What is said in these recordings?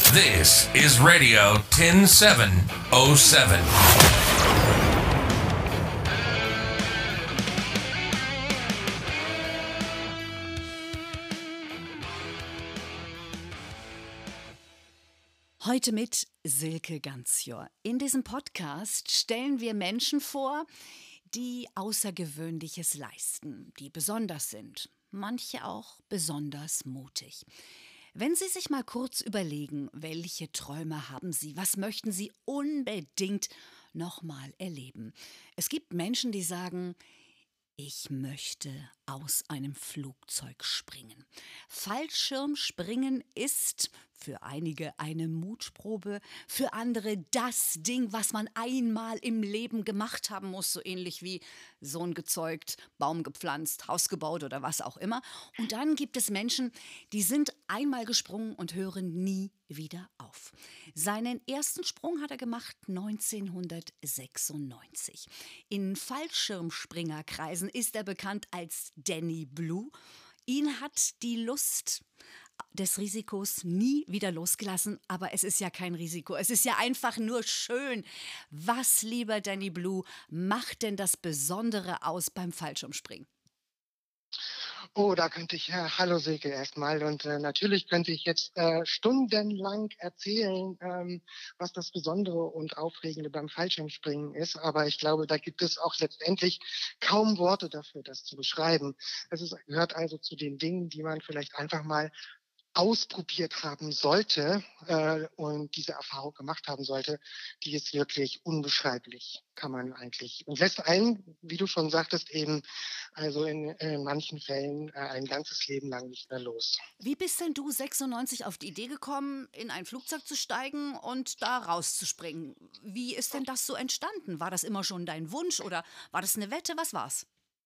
This is Radio 10707. Heute mit Silke Ganzjör. In diesem Podcast stellen wir Menschen vor, die Außergewöhnliches leisten, die besonders sind, manche auch besonders mutig. Wenn Sie sich mal kurz überlegen, welche Träume haben Sie, was möchten Sie unbedingt nochmal erleben? Es gibt Menschen, die sagen, ich möchte aus einem Flugzeug springen. Fallschirmspringen ist für einige eine Mutprobe, für andere das Ding, was man einmal im Leben gemacht haben muss, so ähnlich wie Sohn gezeugt, Baum gepflanzt, Haus gebaut oder was auch immer. Und dann gibt es Menschen, die sind einmal gesprungen und hören nie wieder auf. Seinen ersten Sprung hat er gemacht 1996. In Fallschirmspringerkreisen ist er bekannt als Danny Blue. Ihn hat die Lust des Risikos nie wieder losgelassen, aber es ist ja kein Risiko. Es ist ja einfach nur schön. Was, lieber Danny Blue, macht denn das Besondere aus beim Fallschirmspringen? Oh, da könnte ich, hallo Silke erstmal und natürlich könnte ich jetzt stundenlang erzählen, was das Besondere und Aufregende beim Fallschirmspringen ist, aber ich glaube, da gibt es auch letztendlich kaum Worte dafür, das zu beschreiben. Gehört also zu den Dingen, die man vielleicht einfach mal ausprobiert haben sollte und diese Erfahrung gemacht haben sollte, die ist wirklich unbeschreiblich, kann man eigentlich. Und lässt einen, wie du schon sagtest, eben also in manchen Fällen ein ganzes Leben lang nicht mehr los. Wie bist denn du 96 auf die Idee gekommen, in ein Flugzeug zu steigen und da rauszuspringen? Wie ist denn das so entstanden? War das immer schon dein Wunsch oder war das eine Wette? Was war's?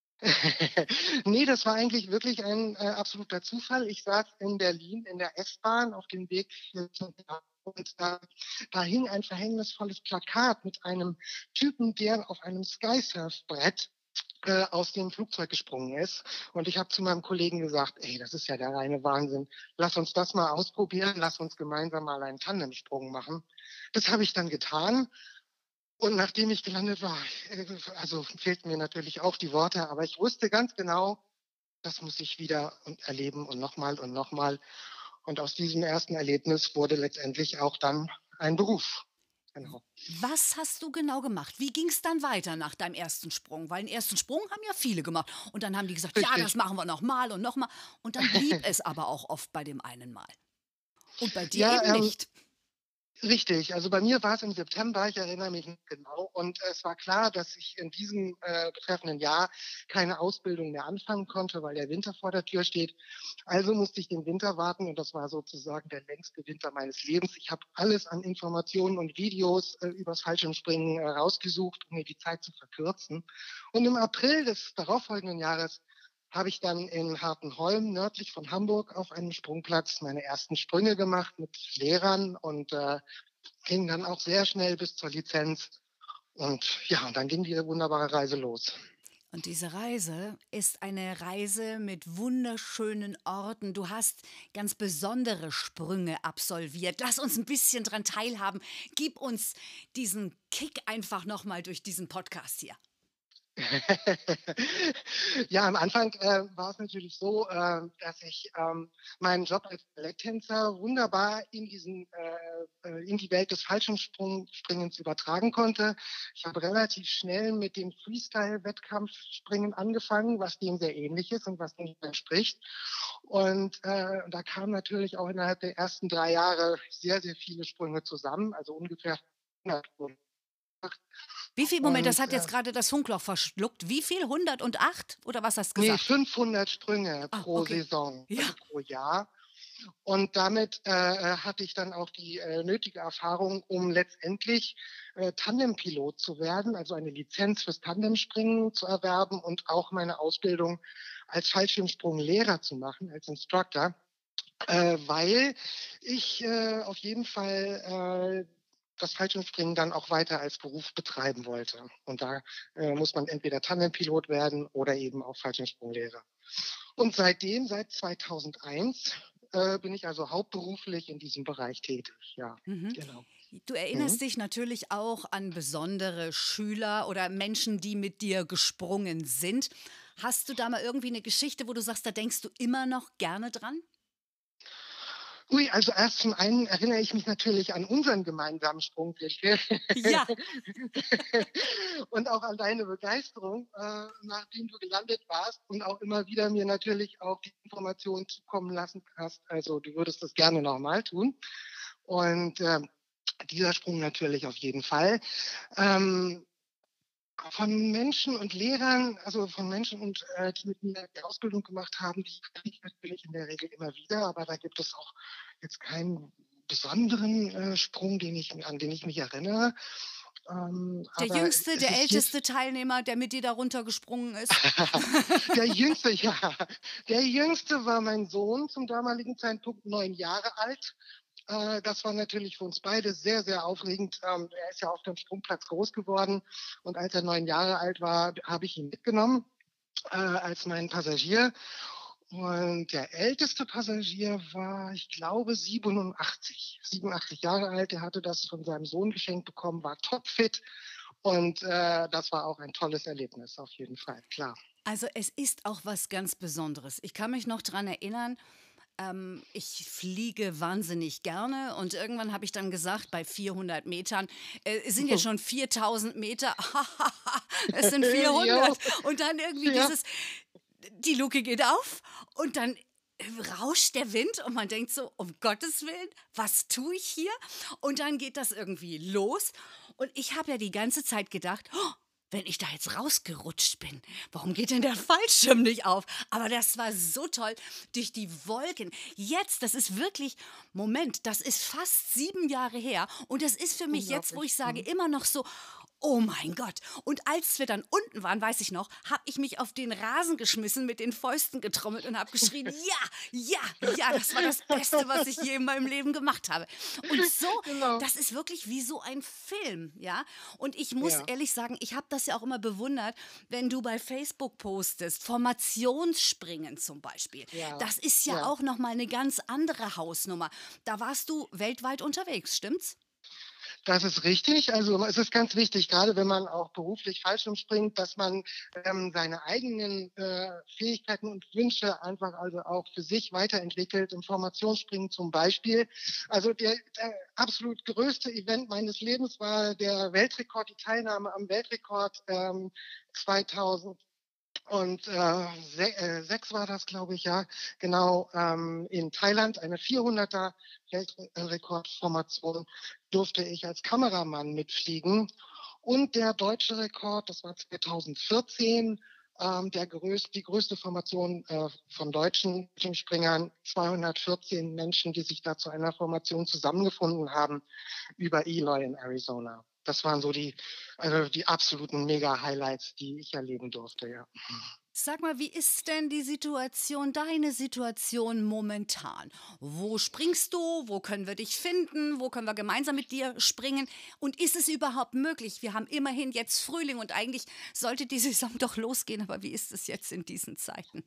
Nee, das war eigentlich wirklich ein absoluter Zufall. Ich saß in Berlin in der S-Bahn auf dem Weg hier zum Theater und da hing ein verhängnisvolles Plakat mit einem Typen, der auf einem Skysurfbrett aus dem Flugzeug gesprungen ist. Und ich habe zu meinem Kollegen gesagt, ey, das ist ja der reine Wahnsinn. Lass uns das mal ausprobieren. Lass uns gemeinsam mal einen Tandemsprung machen. Das habe ich dann getan. Und nachdem ich gelandet war, also fehlten mir natürlich auch die Worte, aber ich wusste ganz genau, das muss ich wieder erleben und nochmal und nochmal. Und aus diesem ersten Erlebnis wurde letztendlich auch dann ein Beruf. Genau. Was hast du genau gemacht? Wie ging es dann weiter nach deinem ersten Sprung? Weil den ersten Sprung haben ja viele gemacht. Und dann haben die gesagt, ja, das Richtig. machen wir nochmal und nochmal. Und dann blieb es aber auch oft bei dem einen Mal. Und bei dir Ja, eben nicht. richtig. Also bei mir war es im September, ich erinnere mich nicht genau. Und es war klar, dass ich in diesem betreffenden Jahr keine Ausbildung mehr anfangen konnte, weil der Winter vor der Tür steht. Also musste ich den Winter warten und das war sozusagen der längste Winter meines Lebens. Ich habe alles an Informationen und Videos übers Fallschirmspringen rausgesucht, um mir die Zeit zu verkürzen. Und im April des darauffolgenden Jahres habe ich dann in Hartenholm, nördlich von Hamburg, auf einem Sprungplatz meine ersten Sprünge gemacht mit Lehrern und ging dann auch sehr schnell bis zur Lizenz. Und ja, und dann ging diese wunderbare Reise los. Und diese Reise ist eine Reise mit wunderschönen Orten. Du hast ganz besondere Sprünge absolviert. Lass uns ein bisschen dran teilhaben. Gib uns diesen Kick einfach nochmal durch diesen Podcast hier. Ja, am Anfang war es natürlich so, dass ich meinen Job als Balletttänzer wunderbar in die Welt des Fallschirmspringens übertragen konnte. Ich habe relativ schnell mit dem Freestyle-Wettkampfspringen angefangen, was dem sehr ähnlich ist und was dem entspricht. Und da kamen natürlich auch innerhalb der ersten 3 Jahre sehr, sehr viele Sprünge zusammen, also ungefähr 100 Sprünge. Wie viel, Moment, das Und hat jetzt gerade das Funkloch verschluckt. Wie viel? 108? Oder was hast du nee, gesagt? 500 Sprünge Ah, pro okay. Saison, Ja. also pro Jahr. Und damit hatte ich dann auch die nötige Erfahrung, um letztendlich Tandempilot zu werden, also eine Lizenz fürs Tandemspringen zu erwerben und auch meine Ausbildung als Fallschirmsprunglehrer zu machen, als Instructor, weil ich auf jeden Fall das Fallschirmspringen dann auch weiter als Beruf betreiben wollte. Und da muss man entweder Tandempilot werden oder eben auch Fallschirmsprunglehrer. Und seitdem, seit 2001, bin ich also hauptberuflich in diesem Bereich tätig. Ja, Mhm. genau. Du Mhm. erinnerst dich natürlich auch an besondere Schüler oder Menschen, die mit dir gesprungen sind. Hast du da mal irgendwie eine Geschichte, wo du sagst, da denkst du immer noch gerne dran? Ui, also erst zum einen erinnere ich mich natürlich an unseren gemeinsamen Sprung, Silke. Ja. Und auch an deine Begeisterung, nachdem du gelandet warst und auch immer wieder mir natürlich auch die Informationen zukommen lassen hast. Also du würdest das gerne nochmal tun. Und dieser Sprung natürlich auf jeden Fall. Ähm, von Menschen und Lehrern, also von Menschen die mit mir die Ausbildung gemacht haben, die kenne ich natürlich in der Regel immer wieder, aber da gibt es auch jetzt keinen besonderen Sprung, an den ich mich erinnere. Der Aber Jüngste, es der ist jetzt älteste Teilnehmer, der mit dir da runtergesprungen ist? der Jüngste, ja, der Jüngste war mein Sohn zum damaligen Zeitpunkt 9 Jahre alt. Das war natürlich für uns beide sehr, sehr aufregend. Er ist ja auf dem Sprungplatz groß geworden und als er 9 Jahre alt war, habe ich ihn mitgenommen als meinen Passagier. Und der älteste Passagier war, ich glaube, 87 Jahre alt. Er hatte das von seinem Sohn geschenkt bekommen, war topfit. Und das war auch ein tolles Erlebnis, auf jeden Fall, klar. Also, es ist auch was ganz Besonderes. Ich kann mich noch dran erinnern, ich fliege wahnsinnig gerne und irgendwann habe ich dann gesagt, bei 400 Metern, es sind jetzt schon 4000 Meter, es sind Jo, 400. Und dann irgendwie ja, die Luke geht auf und dann rauscht der Wind und man denkt so, um Gottes Willen, was tue ich hier? Und dann geht das irgendwie los und ich habe ja die ganze Zeit gedacht, oh, wenn ich da jetzt rausgerutscht bin, warum geht denn der Fallschirm nicht auf? Aber das war so toll durch die Wolken. Jetzt, das ist wirklich, Moment, das ist fast 7 Jahre her und das ist für mich jetzt, wo ich unglaublich. sage, Mhm. immer noch so, oh mein Gott. Und als wir dann unten waren, weiß ich noch, habe ich mich auf den Rasen geschmissen, mit den Fäusten getrommelt und habe geschrien, ja, ja, ja, das war das Beste, was ich je in meinem Leben gemacht habe. Und so, Genau. das ist wirklich wie so ein Film, ja. Und ich muss Ja, ehrlich sagen, ich habe das ja auch immer bewundert, wenn du bei Facebook postest, Formationsspringen zum Beispiel. ja, Das ist ja ja. auch nochmal eine ganz andere Hausnummer. Da warst du weltweit unterwegs, stimmt's? Das ist richtig. Also es ist ganz wichtig, gerade wenn man auch beruflich Fallschirmspringt, dass man seine eigenen Fähigkeiten und Wünsche einfach also auch für sich weiterentwickelt. Im Formationsspringen zum Beispiel. Also der absolut größte Event meines Lebens war der Weltrekord, die Teilnahme am Weltrekord 2000 und 6 war das, glaube ich, ja, genau, in Thailand, eine 400er Weltrekordformation, durfte ich als Kameramann mitfliegen. Und der deutsche Rekord, das war 2014, die größte Formation von deutschen Springern, 214 Menschen, die sich da zu einer Formation zusammengefunden haben über Eloy in Arizona. Das waren so also die absoluten Mega-Highlights, die ich erleben durfte, ja. Sag mal, wie ist denn die Situation, deine Situation momentan? Wo springst du? Wo können wir dich finden? Wo können wir gemeinsam mit dir springen? Und ist es überhaupt möglich? Wir haben immerhin jetzt Frühling und eigentlich sollte die Saison doch losgehen, aber wie ist es jetzt in diesen Zeiten?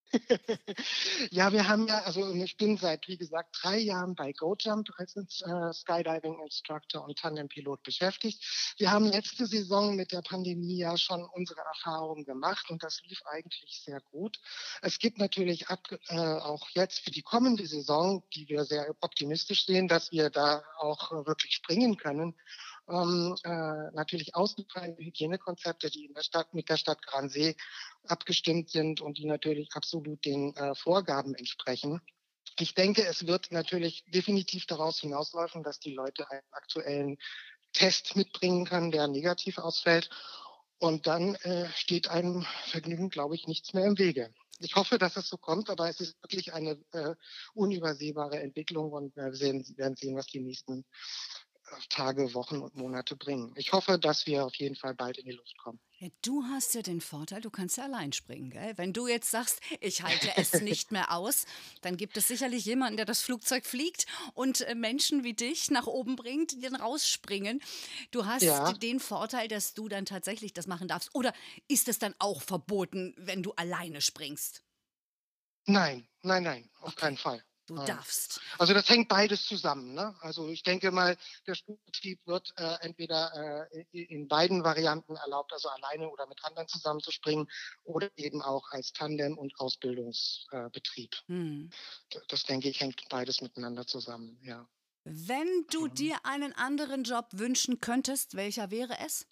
Ja, wir haben ja, also ich bin seit, wie gesagt, 3 Jahren bei GoJump als Skydiving Instructor und Tandempilot beschäftigt. Wir haben letzte Saison mit der Pandemie ja schon unsere Erfahrungen gemacht und das lief eigentlich sehr gut. Es gibt natürlich auch jetzt für die kommende Saison, die wir sehr optimistisch sehen, dass wir da auch wirklich springen können. Natürlich ausgefallene Hygienekonzepte, die in der Stadt mit der Stadt Gransee abgestimmt sind und die natürlich absolut den Vorgaben entsprechen. Ich denke, es wird natürlich definitiv daraus hinauslaufen, dass die Leute einen aktuellen Test mitbringen können, der negativ ausfällt. Und dann steht einem Vergnügen, glaube ich, nichts mehr im Wege. Ich hoffe, dass es so kommt, aber es ist wirklich eine unübersehbare Entwicklung und wir werden sehen, was die nächsten Tage, Wochen und Monate bringen. Ich hoffe, dass wir auf jeden Fall bald in die Luft kommen. Ja, du hast ja den Vorteil, du kannst ja allein springen, gell? Wenn du jetzt sagst, ich halte es nicht mehr aus, dann gibt es sicherlich jemanden, der das Flugzeug fliegt und Menschen wie dich nach oben bringt, die dann rausspringen. Du Ja, hast den Vorteil, dass du dann tatsächlich das machen darfst. Oder ist es dann auch verboten, wenn du alleine springst? nein, nein, nein, auf Okay. keinen Fall. Du Ja. darfst. Also das hängt beides zusammen, ne? Also ich denke mal, der Sprungbetrieb wird entweder in beiden Varianten erlaubt, also alleine oder mit anderen zusammenzuspringen oder eben auch als Tandem- und Ausbildungsbetrieb. Hm. Das denke ich, hängt beides miteinander zusammen, ja. Wenn du Mhm. dir einen anderen Job wünschen könntest, welcher wäre es?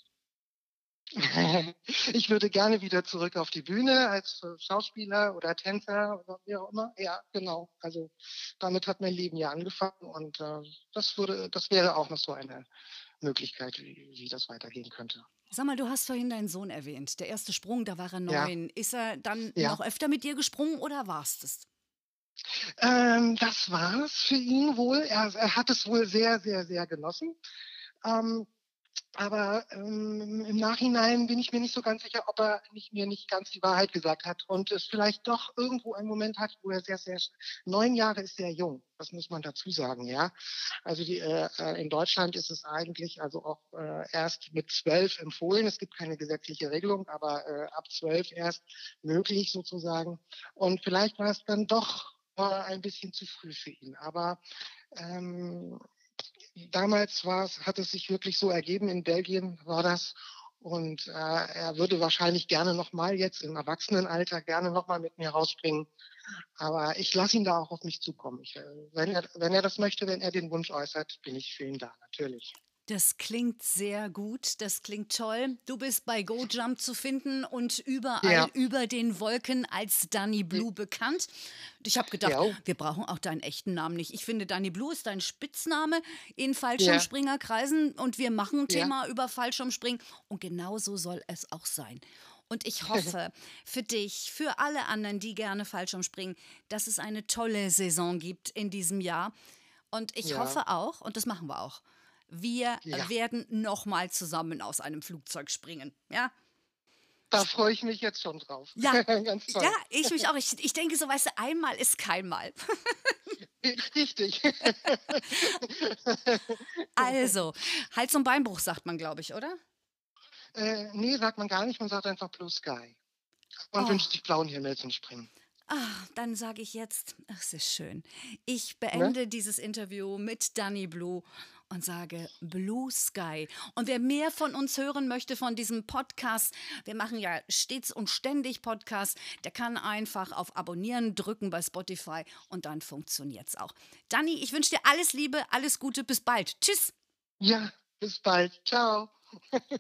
Ich würde gerne wieder zurück auf die Bühne als Schauspieler oder Tänzer oder wie auch immer. Ja, genau. Also damit hat mein Leben ja angefangen und das wäre auch noch so eine Möglichkeit, wie das weitergehen könnte. Sag mal, du hast vorhin deinen Sohn erwähnt. Der erste Sprung, da war er Ja, 9. Ist er dann ja. noch öfter mit dir gesprungen oder war's das? Das war's für ihn wohl. Er hat es wohl sehr, sehr, sehr genossen. Ähm, aber im Nachhinein bin ich mir nicht so ganz sicher, ob er mir nicht ganz die Wahrheit gesagt hat und es vielleicht doch irgendwo einen Moment hat, wo er sehr, sehr 9 Jahre ist sehr jung. Das muss man dazu sagen, ja. Also in Deutschland ist es eigentlich also auch erst mit 12 empfohlen. Es gibt keine gesetzliche Regelung, aber ab 12 erst möglich sozusagen. Und vielleicht war es dann doch ein bisschen zu früh für ihn. Aber ähm, damals hat es sich wirklich so ergeben, in Belgien war das. Und er würde wahrscheinlich gerne nochmal jetzt im Erwachsenenalter gerne nochmal mit mir rausspringen. Aber ich lasse ihn da auch auf mich zukommen. Wenn er das möchte, wenn er den Wunsch äußert, bin ich für ihn da, natürlich. Das klingt sehr gut, das klingt toll. Du bist bei GoJump zu finden und überall Ja, über den Wolken als Danny Blue bekannt. Ich habe gedacht, ja, wir brauchen auch deinen echten Namen nicht. Ich finde, Danny Blue ist dein Spitzname in ja, Fallschirmspringerkreisen und wir machen ein ja. Thema über Fallschirmspringen und genau so soll es auch sein. Und ich hoffe für dich, für alle anderen, die gerne Fallschirm springen, dass es eine tolle Saison gibt in diesem Jahr. Und ich Ja, hoffe auch, und das machen wir auch, wir ja. werden nochmal zusammen aus einem Flugzeug springen. Ja? Da freue ich mich jetzt schon drauf. Ja, Ganz ja, toll. ich mich auch. Ich denke so, weißt du, einmal ist kein Mal. Richtig. Also, Hals- und Beinbruch sagt man, glaube ich, oder? Nee, sagt man gar nicht. Man sagt einfach Blue Sky. Man Oh, wünscht sich blauen Himmel zum Springen. dann sage ich jetzt, ach, es ist schön. Ich Ne? beende dieses Interview mit Danny Blue und sage Blue Sky. Und wer mehr von uns hören möchte, von diesem Podcast, wir machen ja stets und ständig Podcasts, der kann einfach auf Abonnieren drücken bei Spotify und dann funktioniert's auch. Danny, ich wünsche dir alles Liebe, alles Gute, bis bald. Tschüss. Ja, bis bald. Ciao.